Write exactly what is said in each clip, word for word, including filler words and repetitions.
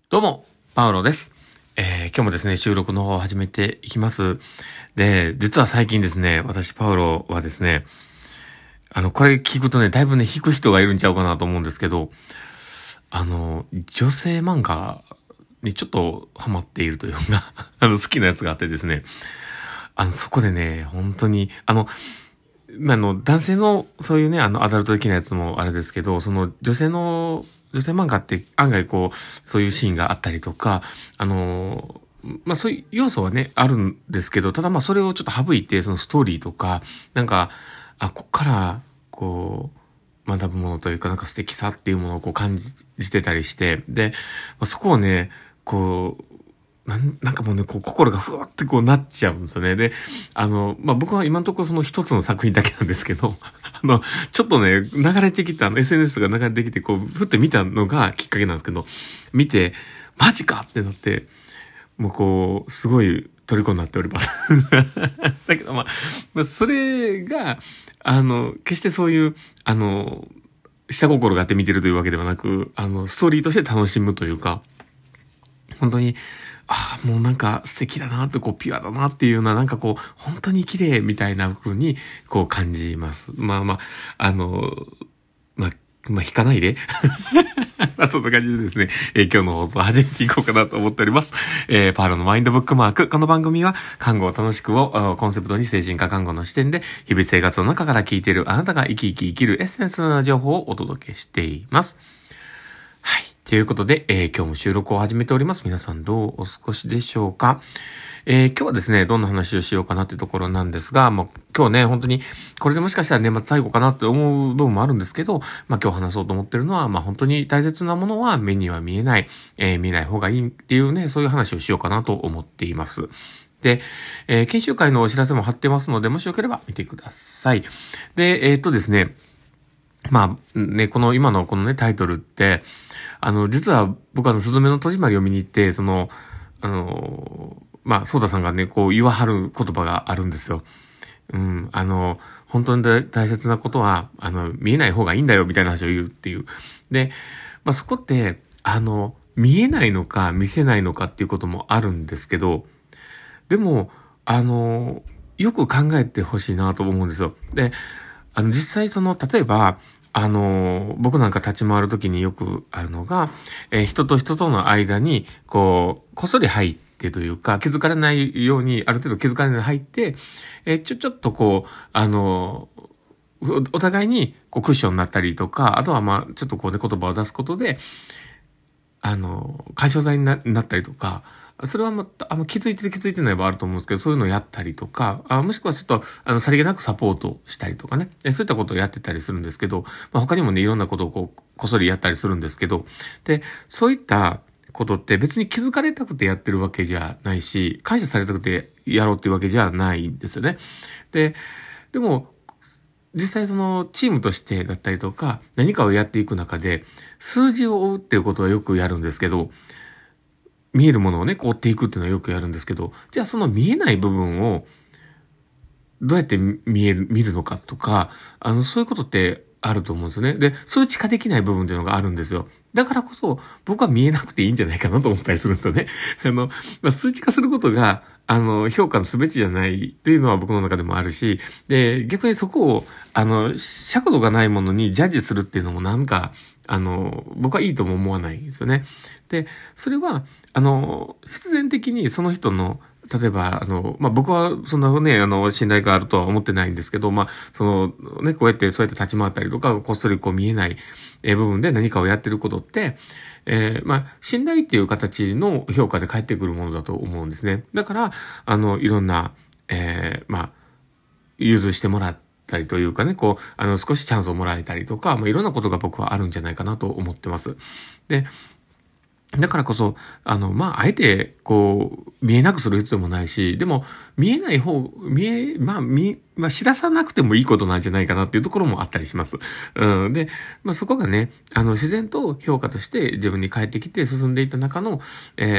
どうも、パウロです。えー、今日もですね、収録の方を始めていきます。で、実は最近ですね、私、パウロはですね、あの、これ聞くとね、だいぶね、引く人がいるんちゃうかなと思うんですけど、あの、女性漫画にちょっとハマっているというか、あの、好きなやつがあってですね、あの、そこでね、本当に、あの、まあ、あの、男性の、そういうね、あの、アダルト的なやつもあれですけど、その、女性の、女性漫画って案外こう、そういうシーンがあったりとか、あの、まあ、そういう要素はね、あるんですけど、ただま、それをちょっと省いて、そのストーリーとか、なんか、あ、こっから、こう、学ぶものというか、なんか素敵さっていうものをこう感じてたりして、で、まあ、そこをね、こう、なん、なんかもうね、こう、心がふわってこうなっちゃうんですよね。で、あの、まあ、僕は今のところその一つの作品だけなんですけど、あの、ちょっとね、流れてきた、あの、エスエヌエス とか流れてきて、こう、ふって見たのがきっかけなんですけど、見て、マジかってなって、もうこう、すごい虜になっております。だけど、まあ、まあ、それが、あの、決してそういう、あの、下心があって見てるというわけではなく、あの、ストーリーとして楽しむというか、本当に、ああ、もうなんか素敵だなって、こう、ピュアだなっていうような、なんかこう、本当に綺麗みたいな風に、こう感じます。まあまあ、あの、まあ、まあ、引かないで。まあ、そんな感じでですね、えー今日の放送を始めていこうかなと思っております。えー、パールのマインドブックマーク。この番組は、看護を楽しくをあコンセプトに精神科看護の視点で、日々生活の中から聞いているあなたが生き生き生きるエッセンスのような情報をお届けしています。はい。ということで、えー今日も収録を始めております。皆さんどうお過ごしでしょうか？えー今日はですね、どんな話をしようかなというところなんですが、もう今日ね、本当に、これでもしかしたら年末最後かなって思う部分もあるんですけど、まあ今日話そうと思ってるのは、まあ本当に大切なものは目には見えない、えー見ない方がいいっていうね、そういう話をしようかなと思っています。で、えー研修会のお知らせも貼ってますので、もしよければ見てください。で、えーっとですね、まあ、ね、この今のこのね、タイトルって、あの、実は僕はあの、すずめの戸締まりを見に行って、その、あの、まあ、ソータさんがね、こう言わはる言葉があるんですよ。うん、あの、本当に大大切なことは、あの、見えない方がいいんだよ、みたいな話を言うっていう。で、まあ、そこって、あの、見えないのか見せないのかっていうこともあるんですけど、でも、あの、よく考えてほしいなと思うんですよ。で、あの、実際その、例えば、あの、僕なんか立ち回るときによくあるのが、えー人と人との間に、こう、こっそり入ってというか、気づかれないように、ある程度気づかれないように入って、えーちょ、ちょっとこう、あの、おお互いにこうクッションになったりとか、あとはまあ、ちょっとこうね、言葉を出すことで、あの、干渉剤にななったりとか、それはまた、あの、気づいてて気づいてない場合あると思うんですけど、そういうのをやったりとか、あもしくはちょっと、あの、さりげなくサポートしたりとかね、えそういったことをやってたりするんですけど、まあ、他にもね、いろんなことをこう、こっそりやったりするんですけど、で、そういったことって別に気づかれたくてやってるわけじゃないし、感謝されたくてやろうっていうわけじゃないんですよね。で、でも、実際そのチームとしてだったりとか何かをやっていく中で数字を追うっていうことはよくやるんですけど、見えるものをね、こう追っていくっていうのはよくやるんですけど、じゃあその見えない部分をどうやって見える、見るのかとか、あの、そういうことってあると思うんですよね。で、数値化できない部分っていうのがあるんですよ。だからこそ、僕は見えなくていいんじゃないかなと思ったりするんですよね。あの、まあ、数値化することが、あの、評価の全てじゃないっていうのは僕の中でもあるし、で、逆にそこを、あの、尺度がないものにジャッジするっていうのもなんか、あの、僕はいいとも思わないんですよね。で、それは、あの、必然的にその人の、例えば、あの、まあ、僕はそんなね、あの、信頼があるとは思ってないんですけど、まあ、その、ね、こうやってそうやって立ち回ったりとか、こっそりこう見えない、えー部分で何かをやってることって、えーまあ、信頼っていう形の評価で返ってくるものだと思うんですね。だから、あの、いろんな、えーまあ、融通してもらったりというかね、こう、あの、少しチャンスをもらえたりとか、まあ、いろんなことが僕はあるんじゃないかなと思ってます。で、だからこそ、あの、まあ、あえて、こう、見えなくする必要もないし、でも、見えない方、見え、まあ、見、まあ、知らさなくてもいいことなんじゃないかなっていうところもあったりします。うん。で、まあ、そこがね、あの、自然と評価として自分に返ってきて進んでいった中の、え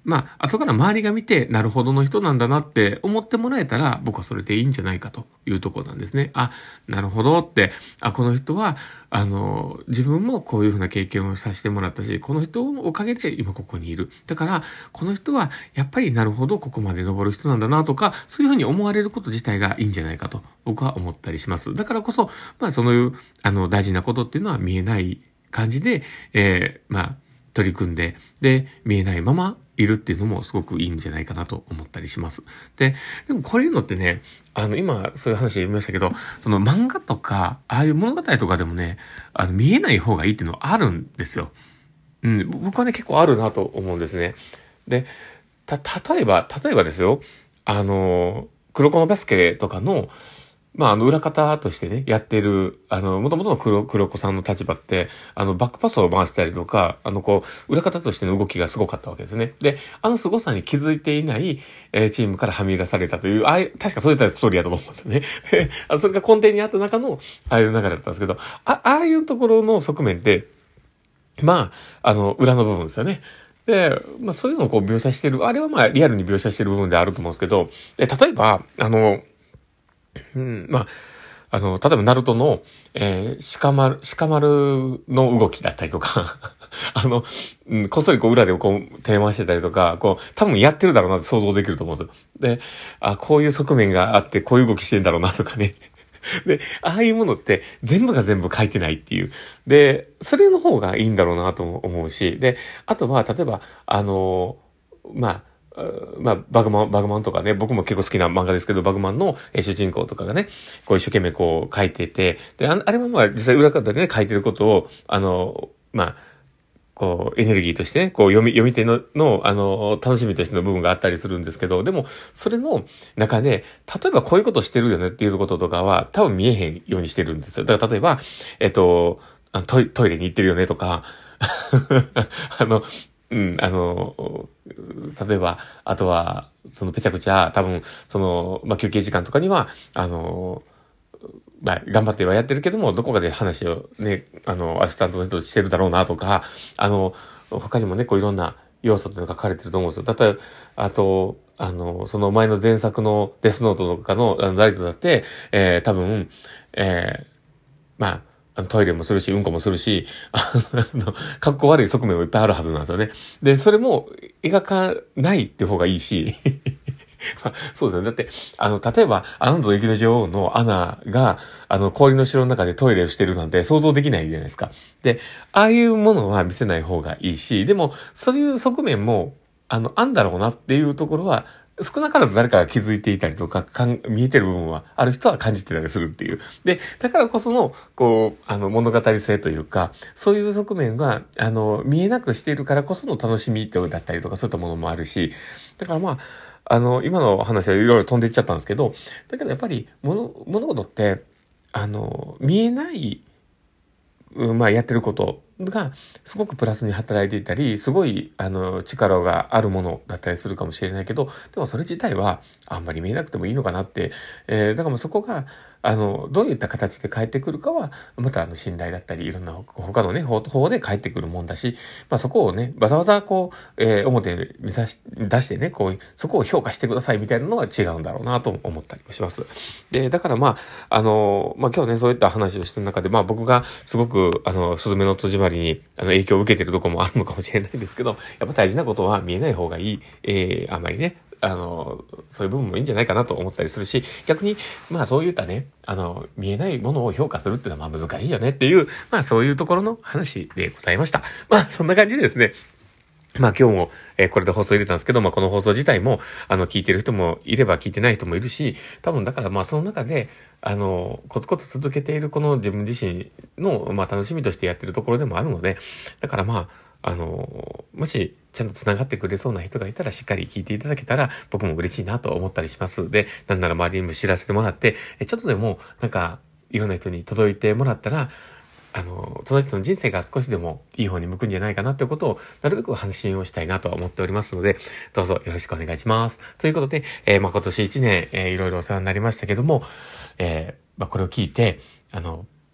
まあ、後から周りが見て、なるほどの人なんだなって思ってもらえたら、僕はそれでいいんじゃないかというところなんですね。あ、なるほどって、あ、この人は、あの、自分もこういうふうな経験をさせてもらったし、この人のおかげで今ここにいる。だから、この人は、やっぱりなるほどここまで登る人なんだなとか、そういうふうに思われること自体がいいんじゃないかと、僕は思ったりします。だからこそ、まあ、その、あの、大事なことっていうのは見えない感じで、えー、まあ、取り組んで、で、見えないままいるっていうのもすごくいいんじゃないかなと思ったりします。で、でもこういうのってね、あの、今そういう話言いましたけど、その漫画とか、ああいう物語とかでもね、あの、見えない方がいいっていうのはあるんですよ。うん、僕はね、結構あるなと思うんですね。で、た、例えば、例えばですよ、あの、黒子のバスケとかの、まあ、あの、裏方としてね、やってる、あの、元々の黒、黒子さんの立場って、あの、バックパスを回したりとか、あの、こう、裏方としての動きがすごかったわけですね。で、あの凄さに気づいていない、えー、チームからはみ出されたという、ああいう、確かそういったストーリーやと思うんですよね。で、あそれが根底にあった中の、ああいう流れだったんですけど、あ、ああいうところの側面って、まあ、あの、裏の部分ですよね。で、まあそういうのをこう描写してる、あれはまあリアルに描写してる部分であると思うんですけど、で例えば、あの、うん、まあ、あの、例えばナルトの、えー、鹿丸、鹿丸の動きだったりとか、あの、うん、こっそりこう裏でこう、テーマしてたりとか、こう、多分やってるだろうなって想像できると思うんですよ。で、あ、こういう側面があって、こういう動きしてんだろうなとかね。で、ああいうものって全部が全部書いてないっていう。で、それの方がいいんだろうなと思うし、で、あとは、例えば、あの、まあ、まあ、バグマン、バグマンとかね、僕も結構好きな漫画ですけど、バグマンの主人公とかがね、こう一生懸命こう書いてて、で、あれもまあ実際裏方でね、書いてることを、あの、まあ、こう、エネルギーとしてね、こう読み、読み手の、の、あの、楽しみとしての部分があったりするんですけど、でも、それの中で、例えばこういうことしてるよねっていうこととかは、多分見えへんようにしてるんですよ。だから例えば、えっと、トイトイレに行ってるよねとか、あの、うん、あの、例えば、あとは、そのぺちゃくちゃ、多分、その、まあ、休憩時間とかには、あの、まあ、頑張ってはやってるけども、どこかで話をね、あの、アシスタントの人としてるだろうなとか、あの、他にもね、こういろんな要素っていうのが書かれてると思うんですよ。例えば、あと、あの、その前の前作のデスノートとかの、あの、ライトだって、えー、多分、えー、まあ、トイレもするし、うんこもするし、あの、格好悪い側面もいっぱいあるはずなんですよね。で、それも描かないって方がいいし、まあ、そうですね。だって、あの、例えば、アナと雪の女王のアナが、あの、氷の城の中でトイレをしてるなんて想像できないじゃないですか。で、ああいうものは見せない方がいいし、でも、そういう側面も、あの、あんだろうなっていうところは、少なからず誰かが気づいていたりとか、かん見えてる部分は、ある人は感じてたりするっていう。で、だからこその、こう、あの、物語性というか、そういう側面が、あの、見えなくしているからこその楽しみだったりとか、そういったものもあるし、だからまあ、あの、今の話はいろいろ飛んでいっちゃったんですけど、だけどやっぱり物、物事って、あの、見えない、うん、まあやってることがすごくプラスに働いていたり、すごい、あの、力があるものだったりするかもしれないけど、でもそれ自体はあんまり見えなくてもいいのかなって、えー、だからもうそこが、あの、どういった形で返ってくるかは、またあの、信頼だったり、いろんな他のね、方法で返ってくるもんだし、まあそこをね、わざわざこう、えー、表に見さし、出してね、こう、そこを評価してくださいみたいなのは違うんだろうなと思ったりもします。で、だからまあ、あの、まあ今日ね、そういった話をしてる中で、まあ僕がすごく、あの、すずめの戸締まりに、あの、影響を受けてるところもあるのかもしれないんですけど、やっぱ大事なことは見えない方がいい、えー、あんまりね、あの、そういう部分もいいんじゃないかなと思ったりするし、逆に、まあそういったね、あの、見えないものを評価するっていうのはまあ難しいよねっていう、まあそういうところの話でございました。まあそんな感じでですね、まあ今日も、えー、これで放送入れたんですけど、まあこの放送自体も、あの、聞いてる人もいれば聞いてない人もいるし、多分だからまあその中で、あの、コツコツ続けているこの自分自身の、まあ楽しみとしてやってるところでもあるので、だからまあ、あの、もし、ちゃんと繋がってくれそうな人がいたらしっかり聞いていただけたら僕も嬉しいなと思ったりします。で、なんなら周りにも知らせてもらって、ちょっとでもなんかいろんな人に届いてもらったら、あの、その人の人生が少しでもいい方に向くんじゃないかなということをなるべく発信をしたいなと思っておりますので、どうぞよろしくお願いします。ということで、えー、まあ、今年一年、えー、いろいろお世話になりましたけども、えー、まあ、これを聞いて、あの、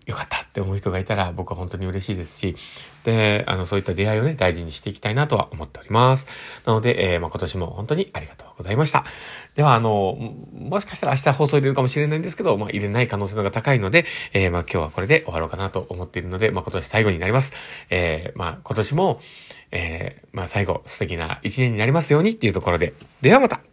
よかったって思う人がいたら僕は本当に嬉しいですし、で、あの、そういった出会いをね、大事にしていきたいなとは思っております。なので、えー、まあ、今年も本当にありがとうございました。では、あの、もしかしたら明日放送入れるかもしれないんですけど、まあ、入れない可能性の方が高いので、えー、まあ、今日はこれで終わろうかなと思っているので、まあ、今年最後になります。えー、まあ、今年も、えー、まあ、最後、素敵な一年になりますようにっていうところで、ではまた